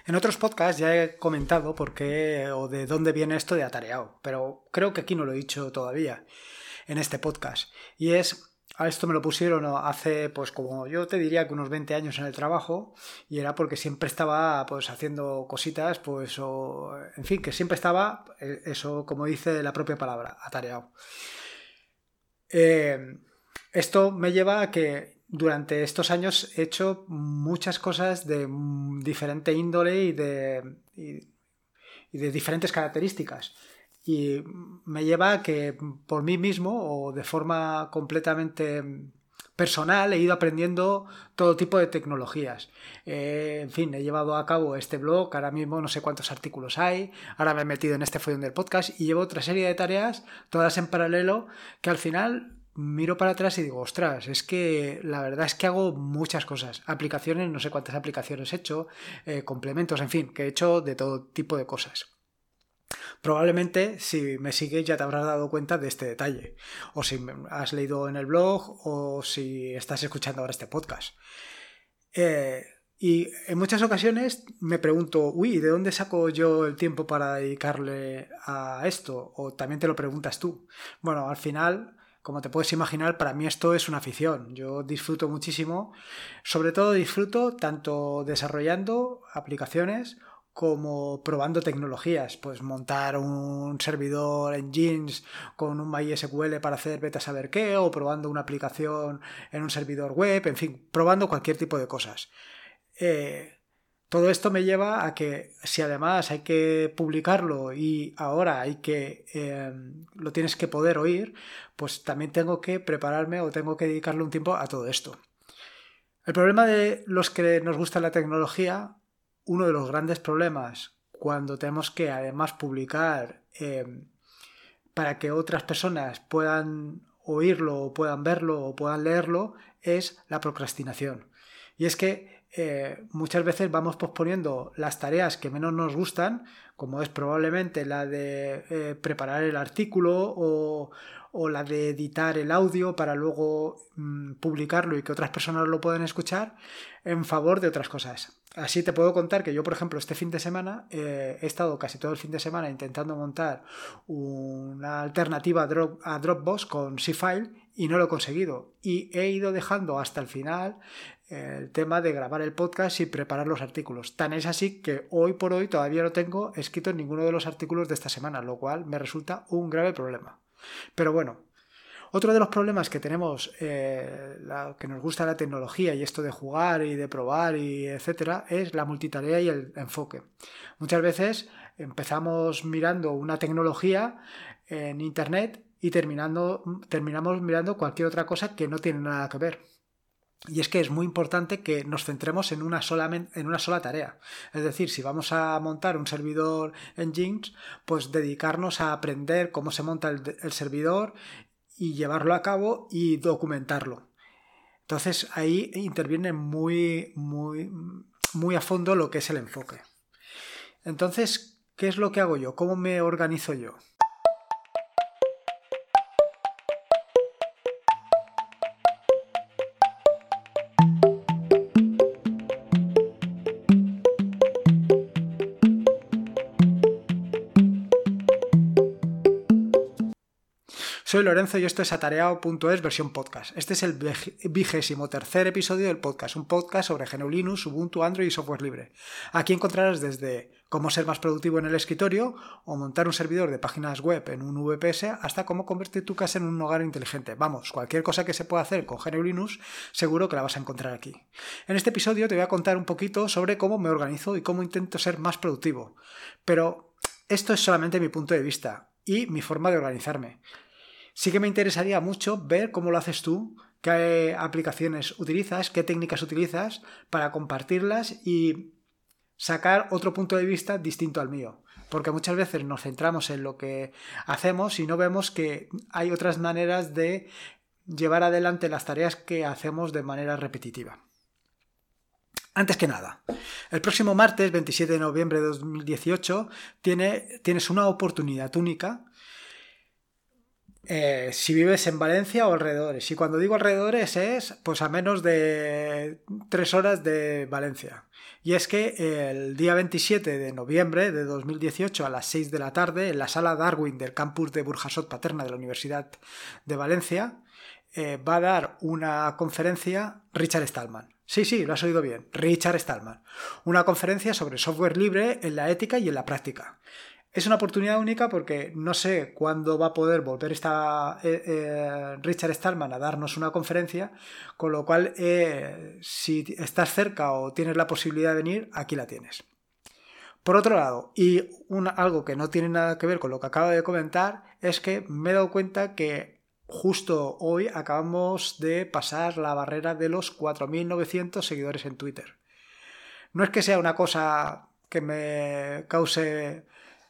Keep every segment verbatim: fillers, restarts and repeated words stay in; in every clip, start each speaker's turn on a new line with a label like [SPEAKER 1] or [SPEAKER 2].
[SPEAKER 1] En otros podcasts ya he comentado por qué o de dónde viene esto de atareado, pero creo que aquí no lo he dicho todavía en este podcast. Y es, a esto me lo pusieron hace, pues como yo te diría que unos veinte años en el trabajo, y era porque siempre estaba pues haciendo cositas, pues o, en fin, que siempre estaba, eso como dice la propia palabra, atareado. Eh, esto me lleva a que durante estos años he hecho muchas cosas de diferente índole y de, y, y de diferentes características. Y me lleva a que por mí mismo o de forma completamente personal he ido aprendiendo todo tipo de tecnologías. Eh, en fin, he llevado a cabo este blog, ahora mismo no sé cuántos artículos hay, ahora me he metido en este follón del podcast y llevo otra serie de tareas, todas en paralelo, que al final miro para atrás y digo, ostras, es que la verdad es que hago muchas cosas, aplicaciones, no sé cuántas aplicaciones he hecho, eh, complementos, en fin, que he hecho de todo tipo de cosas. Probablemente si me sigues ya te habrás dado cuenta de este detalle, o si has leído en el blog o si estás escuchando ahora este podcast. Eh, y en muchas ocasiones me pregunto, uy, ¿de dónde saco yo el tiempo para dedicarle a esto? O también te lo preguntas tú. Bueno, al final, como te puedes imaginar, para mí esto es una afición. Yo disfruto muchísimo, sobre todo disfruto tanto desarrollando aplicaciones como probando tecnologías, pues montar un servidor en Jeans con un MySQL para hacer beta saber qué, o probando una aplicación en un servidor web, en fin, probando cualquier tipo de cosas. Eh, todo esto me lleva a que si además hay que publicarlo y ahora hay que eh, lo tienes que poder oír, pues también tengo que prepararme o tengo que dedicarle un tiempo a todo esto. El problema de los que nos gusta la tecnología, uno de los grandes problemas cuando tenemos que además publicar eh, para que otras personas puedan oírlo o puedan verlo o puedan leerlo, es la procrastinación. Y es que eh, muchas veces vamos posponiendo las tareas que menos nos gustan, como es probablemente la de eh, preparar el artículo o, o la de editar el audio para luego mmm, publicarlo y que otras personas lo puedan escuchar, en favor de otras cosas. Así te puedo contar que yo, por ejemplo, este fin de semana eh, he estado casi todo el fin de semana intentando montar una alternativa a, Drop, a Dropbox con Seafile y no lo he conseguido. Y he ido dejando hasta el final el tema de grabar el podcast y preparar los artículos. Tan es así que hoy por hoy todavía no tengo escrito en ninguno de los artículos de esta semana, lo cual me resulta un grave problema. Pero bueno, otro de los problemas que tenemos, eh, la, que nos gusta la tecnología y esto de jugar y de probar y etcétera, es la multitarea y el enfoque. Muchas veces empezamos mirando una tecnología en internet y terminando, terminamos mirando cualquier otra cosa que no tiene nada que ver. Y es que es muy importante que nos centremos en una sola, en una sola tarea. Es decir, si vamos a montar un servidor en Jeans, pues dedicarnos a aprender cómo se monta el, el servidor y llevarlo a cabo y documentarlo. Entonces ahí interviene muy, muy, muy a fondo lo que es el enfoque. Entonces, ¿qué es lo que hago yo? ¿Cómo me organizo yo? Soy Lorenzo y esto es atareado punto es versión podcast. Este es el vigésimo tercer episodio del podcast, un podcast sobre G N U Linux, Ubuntu, Android y software libre. Aquí encontrarás desde cómo ser más productivo en el escritorio o montar un servidor de páginas web en un V P S hasta cómo convertir tu casa en un hogar inteligente. Vamos, cualquier cosa que se pueda hacer con G N U Linux seguro que la vas a encontrar aquí. En este episodio te voy a contar un poquito sobre cómo me organizo y cómo intento ser más productivo. Pero esto es solamente mi punto de vista y mi forma de organizarme. Sí que me interesaría mucho ver cómo lo haces tú, qué aplicaciones utilizas, qué técnicas utilizas para compartirlas y sacar otro punto de vista distinto al mío. Porque muchas veces nos centramos en lo que hacemos y no vemos que hay otras maneras de llevar adelante las tareas que hacemos de manera repetitiva. Antes que nada, el próximo martes, veintisiete de noviembre de dos mil dieciocho, tiene, tienes una oportunidad única Eh, si vives en Valencia o alrededores. Y cuando digo alrededores es pues a menos de tres horas de Valencia. Y es que el día veintisiete de noviembre de dos mil dieciocho a las seis de la tarde en la sala Darwin del campus de Burjasot Paterna de la Universidad de Valencia eh, va a dar una conferencia Richard Stallman. Sí, sí, lo has oído bien, Richard Stallman. Una conferencia sobre software libre en la ética y en la práctica. Es una oportunidad única porque no sé cuándo va a poder volver esta, eh, eh, Richard Stallman a darnos una conferencia, con lo cual eh, si estás cerca o tienes la posibilidad de venir, aquí la tienes. Por otro lado, y una, algo que no tiene nada que ver con lo que acabo de comentar, es que me he dado cuenta que justo hoy acabamos de pasar la barrera de los cuatro mil novecientos seguidores en Twitter. No es que sea una cosa que me cause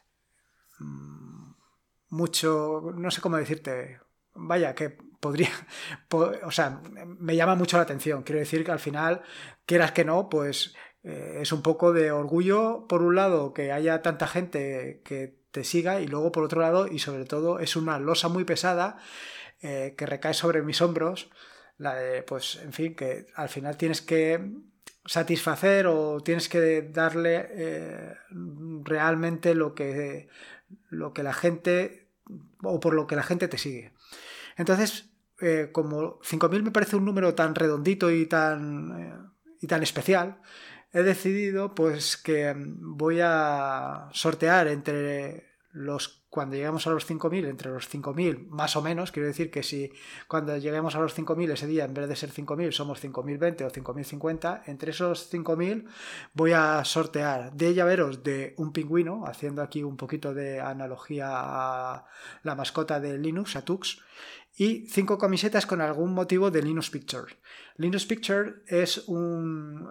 [SPEAKER 1] mucho, no sé cómo decirte, vaya, que podría, po, o sea, me llama mucho la atención. Quiero decir que al final, quieras que no, pues eh, es un poco de orgullo, por un lado, que haya tanta gente que te siga y luego, por otro lado, y sobre todo, es una losa muy pesada eh, que recae sobre mis hombros, la de, pues, en fin, que al final tienes que satisfacer o tienes que darle eh, realmente lo que lo que la gente o por lo que la gente te sigue. Entonces, eh, como cinco mil me parece un número tan redondito y tan, eh, y tan especial, he decidido pues que voy a sortear entre los, cuando lleguemos a los cinco mil, entre los cinco mil más o menos, quiero decir que si cuando lleguemos a los cinco mil ese día en vez de ser cinco mil somos cinco mil veinte o cinco mil cincuenta, entre esos cinco mil voy a sortear diez llaveros de un pingüino, haciendo aquí un poquito de analogía a la mascota de Linux, a Tux, y cinco camisetas con algún motivo de Linux Picture. Linux Picture es un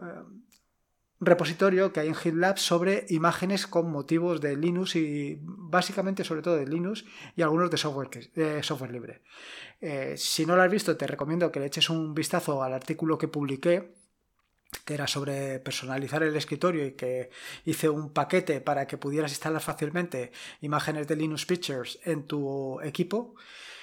[SPEAKER 1] repositorio que hay en GitLab sobre imágenes con motivos de Linux y básicamente sobre todo de Linux y algunos de software, de software libre. Eh, si no lo has visto, te recomiendo que le eches un vistazo al artículo que publiqué, que era sobre personalizar el escritorio y que hice un paquete para que pudieras instalar fácilmente imágenes de Linux Pictures en tu equipo.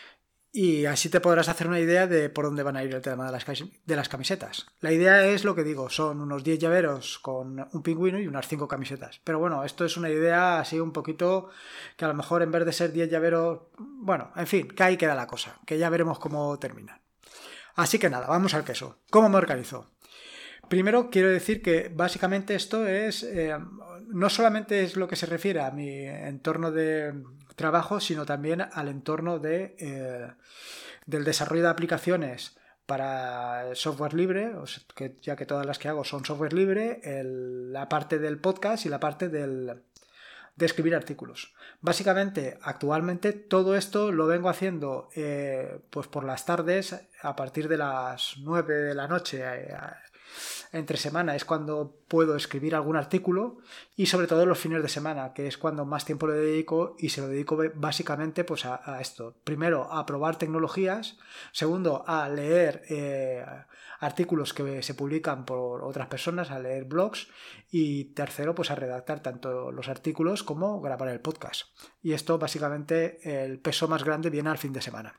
[SPEAKER 1] Y así te podrás hacer una idea de por dónde van a ir el tema de las, de las camisetas. La idea es lo que digo, son unos diez llaveros con un pingüino y unas cinco camisetas. Pero bueno, esto es una idea así un poquito que a lo mejor en vez de ser diez llaveros, bueno, en fin, que ahí queda la cosa, que ya veremos cómo termina. Así que nada, vamos al queso. ¿Cómo me organizo? Primero quiero decir que básicamente esto es, eh, no solamente es lo que se refiere a mi entorno de trabajo, sino también al entorno de, eh, del desarrollo de aplicaciones para software libre, o sea, que ya que todas las que hago son software libre, el, la parte del podcast y la parte del, de escribir artículos. Básicamente, actualmente todo esto lo vengo haciendo eh, pues por las tardes a partir de las nueve de la noche. Eh, entre semana es cuando puedo escribir algún artículo y sobre todo los fines de semana, que es cuando más tiempo le dedico y se lo dedico básicamente pues a, a esto. Primero, a probar tecnologías. Segundo, a leer eh, artículos que se publican por otras personas, a leer blogs. Y tercero, pues a redactar tanto los artículos como grabar el podcast. Y esto básicamente el peso más grande viene al fin de semana.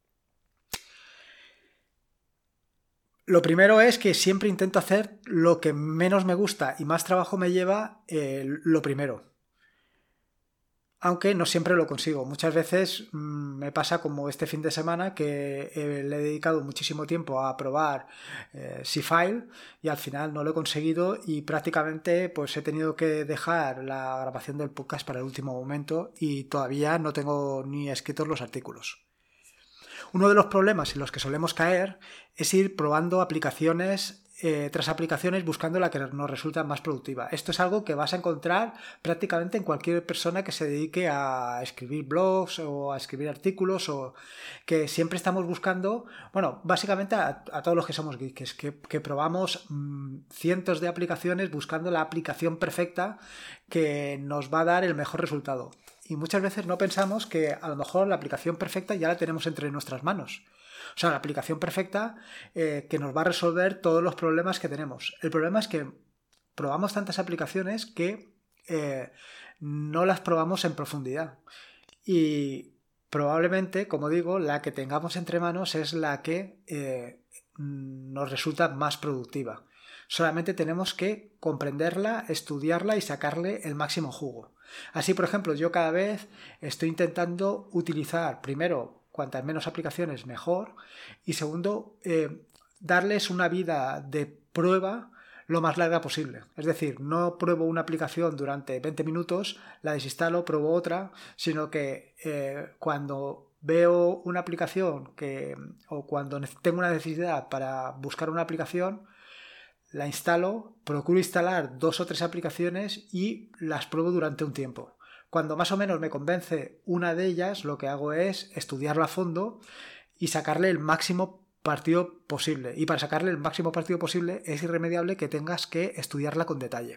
[SPEAKER 1] Lo primero es que siempre intento hacer lo que menos me gusta y más trabajo me lleva eh, lo primero. Aunque no siempre lo consigo. Muchas veces mmm, me pasa como este fin de semana que eh, le he dedicado muchísimo tiempo a probar eh, Seafile y al final no lo he conseguido y prácticamente pues he tenido que dejar la grabación del podcast para el último momento y todavía no tengo ni escritos los artículos. Uno de los problemas en los que solemos caer es ir probando aplicaciones eh, tras aplicaciones buscando la que nos resulta más productiva. Esto es algo que vas a encontrar prácticamente en cualquier persona que se dedique a escribir blogs o a escribir artículos o que siempre estamos buscando, bueno, básicamente a, a todos los que somos geeks, que, que probamos mmm, cientos de aplicaciones buscando la aplicación perfecta que nos va a dar el mejor resultado. Y muchas veces no pensamos que a lo mejor la aplicación perfecta ya la tenemos entre nuestras manos. O sea, la aplicación perfecta eh, que nos va a resolver todos los problemas que tenemos. El problema es que probamos tantas aplicaciones que eh, no las probamos en profundidad. Y probablemente, como digo, la que tengamos entre manos es la que eh, nos resulta más productiva. Solamente tenemos que comprenderla, estudiarla y sacarle el máximo jugo. Así, por ejemplo, yo cada vez estoy intentando utilizar, primero, cuantas menos aplicaciones mejor, y segundo, eh, darles una vida de prueba lo más larga posible. Es decir, no pruebo una aplicación durante veinte minutos, la desinstalo, pruebo otra, sino que eh, cuando veo una aplicación que, o cuando tengo una necesidad para buscar una aplicación, la instalo, procuro instalar dos o tres aplicaciones y las pruebo durante un tiempo. Cuando más o menos me convence una de ellas, lo que hago es estudiarla a fondo y sacarle el máximo partido posible. Y para sacarle el máximo partido posible es irremediable que tengas que estudiarla con detalle.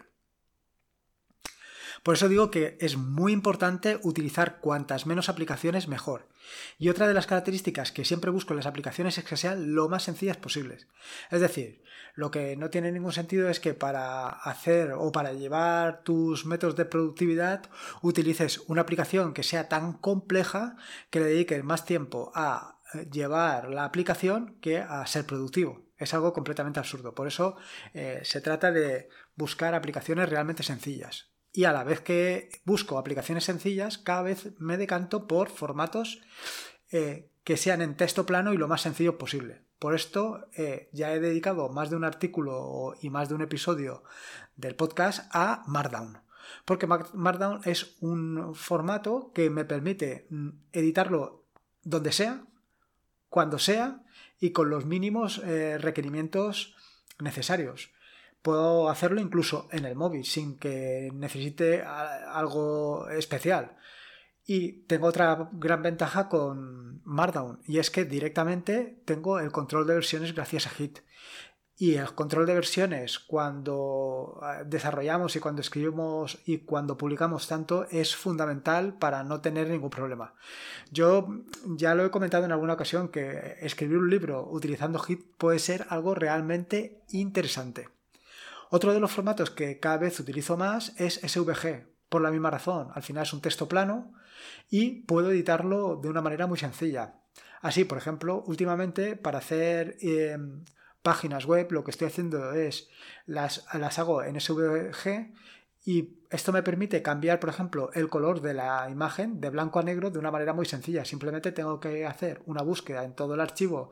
[SPEAKER 1] Por eso digo que es muy importante utilizar cuantas menos aplicaciones mejor. Y otra de las características que siempre busco en las aplicaciones es que sean lo más sencillas posibles. Es decir, lo que no tiene ningún sentido es que para hacer o para llevar tus métodos de productividad utilices una aplicación que sea tan compleja que le dediques más tiempo a llevar la aplicación que a ser productivo. Es algo completamente absurdo. Por eso eh, se trata de buscar aplicaciones realmente sencillas. Y a la vez que busco aplicaciones sencillas, cada vez me decanto por formatos eh, que sean en texto plano y lo más sencillo posible. Por esto eh, ya he dedicado más de un artículo y más de un episodio del podcast a Markdown. Porque Markdown es un formato que me permite editarlo donde sea, cuando sea y con los mínimos eh, requerimientos necesarios. Puedo hacerlo incluso en el móvil sin que necesite algo especial. Y tengo otra gran ventaja con Markdown y es que directamente tengo el control de versiones gracias a Git. Y el control de versiones cuando desarrollamos y cuando escribimos y cuando publicamos tanto es fundamental para no tener ningún problema. Yo ya lo he comentado en alguna ocasión que escribir un libro utilizando Git puede ser algo realmente interesante. Otro de los formatos que cada vez utilizo más es S V G, por la misma razón. Al final es un texto plano y puedo editarlo de una manera muy sencilla. Así, por ejemplo, últimamente para hacer eh, páginas web lo que estoy haciendo es las, las hago en S V G y esto me permite cambiar, por ejemplo, el color de la imagen de blanco a negro de una manera muy sencilla. Simplemente tengo que hacer una búsqueda en todo el archivo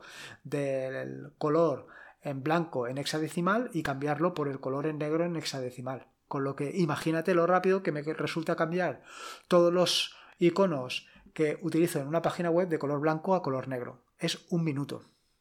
[SPEAKER 1] del color en blanco en hexadecimal y cambiarlo por el color en negro en hexadecimal. Con lo que imagínate lo rápido que me resulta cambiar todos los iconos que utilizo en una página web de color blanco a color negro. Es un minuto.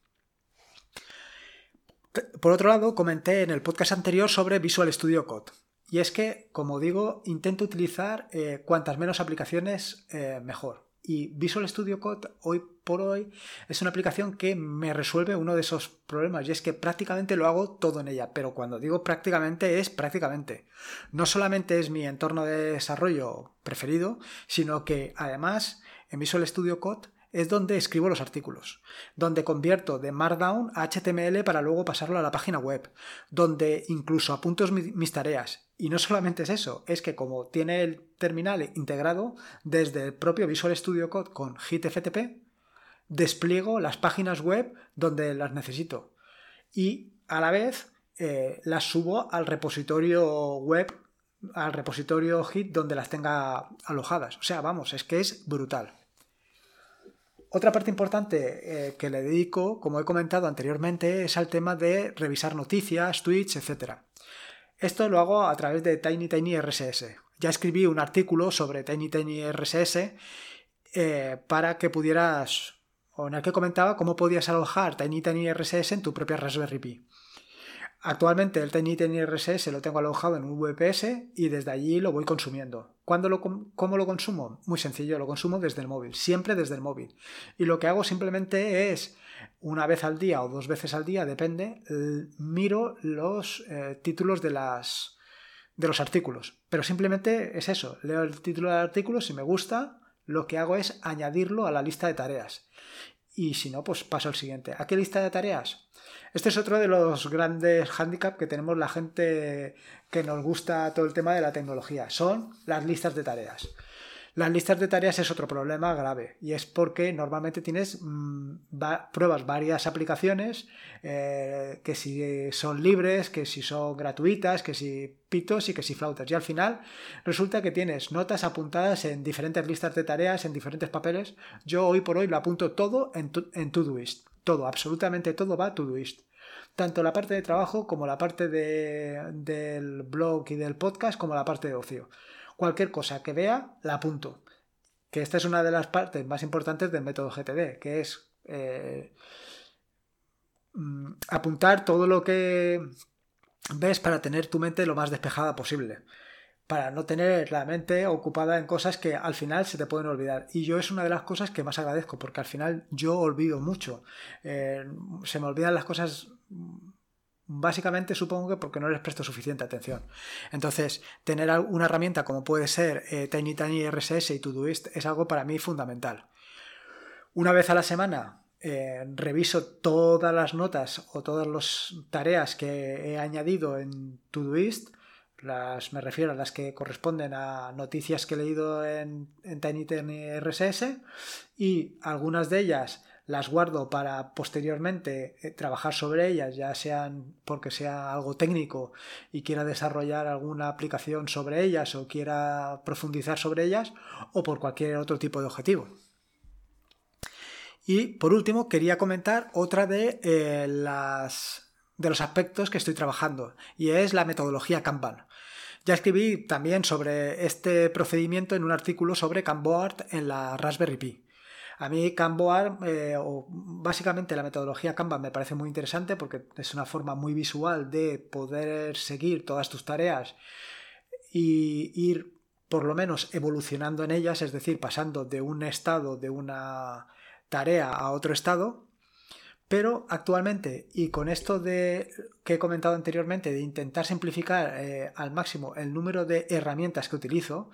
[SPEAKER 1] Por otro lado, comenté en el podcast anterior sobre Visual Studio Code. Y es que, como digo, intento utilizar eh, cuantas menos aplicaciones eh, mejor. Y Visual Studio Code hoy por hoy es una aplicación que me resuelve uno de esos problemas y es que prácticamente lo hago todo en ella, pero cuando digo prácticamente es prácticamente. No solamente es mi entorno de desarrollo preferido, sino que además en Visual Studio Code es donde escribo los artículos, donde convierto de Markdown a H T M L para luego pasarlo a la página web, donde incluso apunto mis tareas. Y no solamente es eso, es que como tiene el terminal integrado desde el propio Visual Studio Code con Git F T P, despliego las páginas web donde las necesito y a la vez eh, las subo al repositorio web, al repositorio Git donde las tenga alojadas. O sea, vamos, es que es brutal. Otra parte importante eh, que le dedico, como he comentado anteriormente, es al tema de revisar noticias, tweets, etcétera. Esto lo hago a través de TinyTiny R S S. Ya escribí un artículo sobre TinyTiny R S S eh, para que pudieras, o en el que comentaba cómo podías alojar TinyTiny R S S en tu propia Raspberry Pi. Actualmente el TinyTiny R S S lo tengo alojado en un V P S y desde allí lo voy consumiendo. ¿Cuándo lo, ¿Cómo lo consumo? Muy sencillo, lo consumo desde el móvil, siempre desde el móvil. Y lo que hago simplemente es, una vez al día o dos veces al día, depende, miro los eh, títulos de, las, de los artículos. Pero simplemente es eso, leo el título del artículo, si me gusta, lo que hago es añadirlo a la lista de tareas. Y si no, pues paso al siguiente. ¿A qué lista de tareas? Este es otro de los grandes hándicaps que tenemos la gente que nos gusta todo el tema de la tecnología. Son las listas de tareas. Las listas de tareas es otro problema grave y es porque normalmente tienes mmm, va, pruebas varias aplicaciones eh, que si son libres, que si son gratuitas, que si pitos y que si flautas, y al final resulta que tienes notas apuntadas en diferentes listas de tareas, en diferentes papeles. Yo hoy por hoy lo apunto todo en, tu, en Todoist, todo, absolutamente todo va a Todoist. Tanto la parte de trabajo como la parte de, del blog y del podcast como la parte de ocio. Cualquier cosa que vea, la apunto. Que esta es una de las partes más importantes del método G T D, que es eh, apuntar todo lo que ves para tener tu mente lo más despejada posible. Para no tener la mente ocupada en cosas que al final se te pueden olvidar. Y yo es una de las cosas que más agradezco, porque al final yo olvido mucho. Eh, se me olvidan las cosas... Básicamente supongo que porque no les presto suficiente atención. Entonces, tener una herramienta como puede ser eh, Tiny Tiny R S S y Todoist es algo para mí fundamental. Una vez a la semana eh, reviso todas las notas o todas las tareas que he añadido en Todoist. Las, me refiero a las que corresponden a noticias que he leído en, en Tiny Tiny R S S, y algunas de ellas las guardo para posteriormente eh, trabajar sobre ellas, ya sean porque sea algo técnico y quiera desarrollar alguna aplicación sobre ellas o quiera profundizar sobre ellas, o por cualquier otro tipo de objetivo. Y por último quería comentar otra de, eh, las, de los aspectos que estoy trabajando, y es la metodología Kanban. Ya escribí también sobre este procedimiento en un artículo sobre Kanboard en la Raspberry Pi. A mí Kanboard, eh, o básicamente la metodología Kanban, me parece muy interesante porque es una forma muy visual de poder seguir todas tus tareas y ir por lo menos evolucionando en ellas, es decir, pasando de un estado de una tarea a otro estado. Pero actualmente, y con esto de que he comentado anteriormente, de intentar simplificar eh, al máximo el número de herramientas que utilizo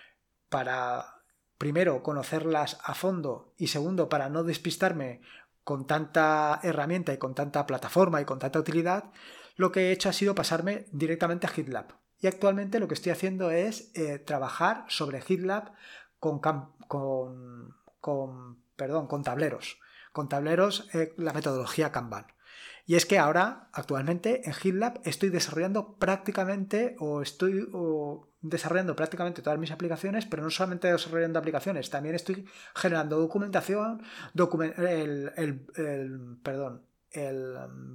[SPEAKER 1] para... primero, conocerlas a fondo, y segundo, para no despistarme con tanta herramienta y con tanta plataforma y con tanta utilidad, lo que he hecho ha sido pasarme directamente a GitLab. Y actualmente lo que estoy haciendo es eh, trabajar sobre GitLab con, con, con, perdón, con tableros. Con tableros, eh, la metodología Kanban. Y es que ahora, actualmente, en GitLab estoy desarrollando prácticamente o estoy o desarrollando prácticamente todas mis aplicaciones, pero no solamente desarrollando aplicaciones, también estoy generando documentación, document, el, el, el, perdón, el,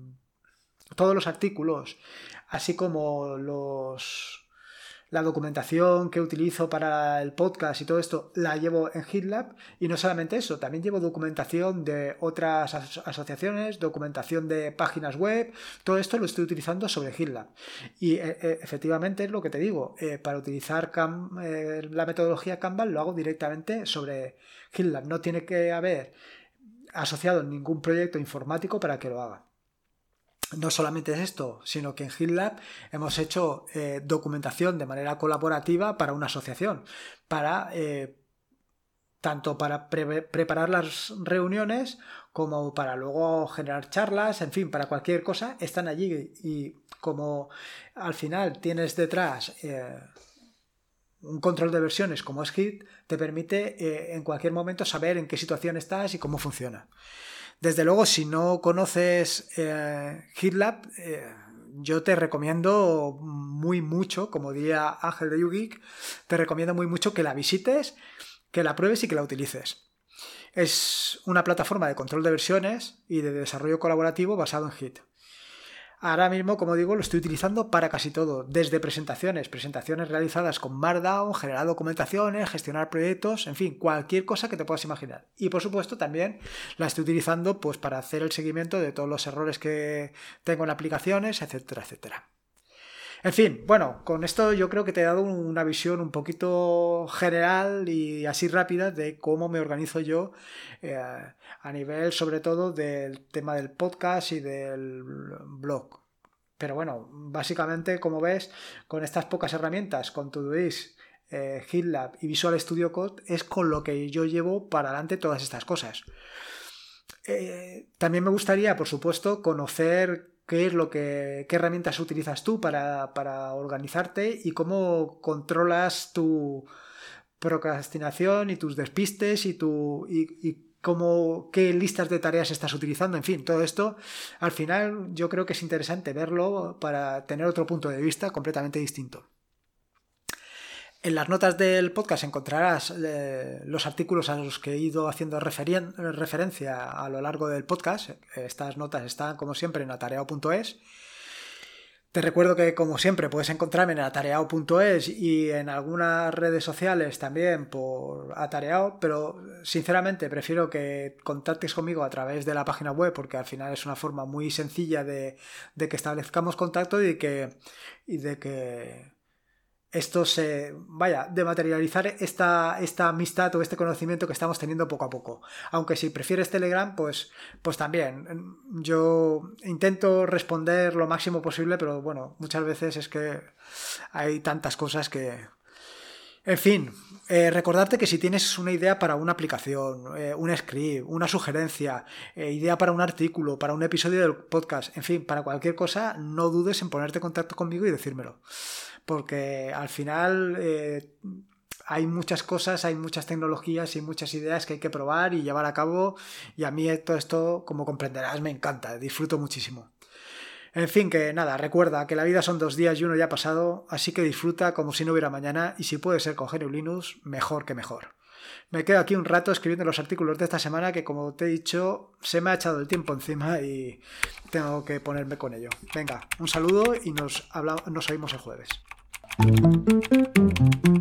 [SPEAKER 1] todos los artículos, así como los... La documentación que utilizo para el podcast y todo esto la llevo en GitLab, y no solamente eso, también llevo documentación de otras aso- asociaciones, documentación de páginas web, todo esto lo estoy utilizando sobre GitLab. Y eh, eh, efectivamente es lo que te digo, eh, para utilizar Cam, eh, la metodología Kanban lo hago directamente sobre GitLab, no tiene que haber asociado ningún proyecto informático para que lo haga. No solamente es esto, sino que en GitLab hemos hecho eh, documentación de manera colaborativa para una asociación, para eh, tanto para pre- preparar las reuniones como para luego generar charlas, en fin, para cualquier cosa están allí, y como al final tienes detrás eh, un control de versiones como es Git, te permite eh, en cualquier momento saber en qué situación estás y cómo funciona. Desde luego, si no conoces eh, GitLab, eh, yo te recomiendo muy mucho, como diría Ángel de YouGeek, te recomiendo muy mucho que la visites, que la pruebes y que la utilices. Es una plataforma de control de versiones y de desarrollo colaborativo basado en Git. Ahora mismo, como digo, lo estoy utilizando para casi todo, desde presentaciones, presentaciones realizadas con Markdown, generar documentaciones, gestionar proyectos, en fin, cualquier cosa que te puedas imaginar. Y por supuesto también la estoy utilizando pues para hacer el seguimiento de todos los errores que tengo en aplicaciones, etcétera, etcétera. En fin, bueno, con esto yo creo que te he dado una visión un poquito general y así rápida de cómo me organizo yo eh, a nivel sobre todo del tema del podcast y del blog. Pero bueno, básicamente, como ves, con estas pocas herramientas, con Todoist, eh, GitLab y Visual Studio Code, es con lo que yo llevo para adelante todas estas cosas. Eh, también me gustaría, por supuesto, conocer qué es lo que, qué herramientas utilizas tú para, para organizarte y cómo controlas tu, procrastinación y tus despistes y tu y, y cómo, qué listas de tareas estás utilizando. En fin, todo esto al final yo creo que es interesante verlo para tener otro punto de vista completamente distinto. En las notas del podcast encontrarás eh, los artículos a los que he ido haciendo referien- referencia a lo largo del podcast. Estas notas están, como siempre, en atareado punto es. Te recuerdo que, como siempre, puedes encontrarme en atareado punto es y en algunas redes sociales también por Atareado, pero sinceramente prefiero que contactes conmigo a través de la página web, porque al final es una forma muy sencilla de, de que establezcamos contacto y de que... Y de que esto se, vaya, de materializar esta, esta amistad o este conocimiento que estamos teniendo poco a poco. Aunque si prefieres Telegram, pues, pues también. Yo intento responder lo máximo posible, pero bueno, muchas veces es que hay tantas cosas que... En fin, eh, recordarte que si tienes una idea para una aplicación, eh, un script, una sugerencia, eh, idea para un artículo, para un episodio del podcast, en fin, para cualquier cosa, no dudes en ponerte en contacto conmigo y decírmelo. Porque al final eh, hay muchas cosas, hay muchas tecnologías y muchas ideas que hay que probar y llevar a cabo, y a mí todo esto, como comprenderás, me encanta, disfruto muchísimo. En fin, que nada, recuerda que la vida son dos días y uno ya ha pasado, así que disfruta como si no hubiera mañana, y si puede ser con G N U Linux, mejor que mejor. Me quedo aquí un rato escribiendo los artículos de esta semana que, como te he dicho, se me ha echado el tiempo encima y tengo que ponerme con ello. Venga, un saludo y nos, habla- nos oímos el jueves.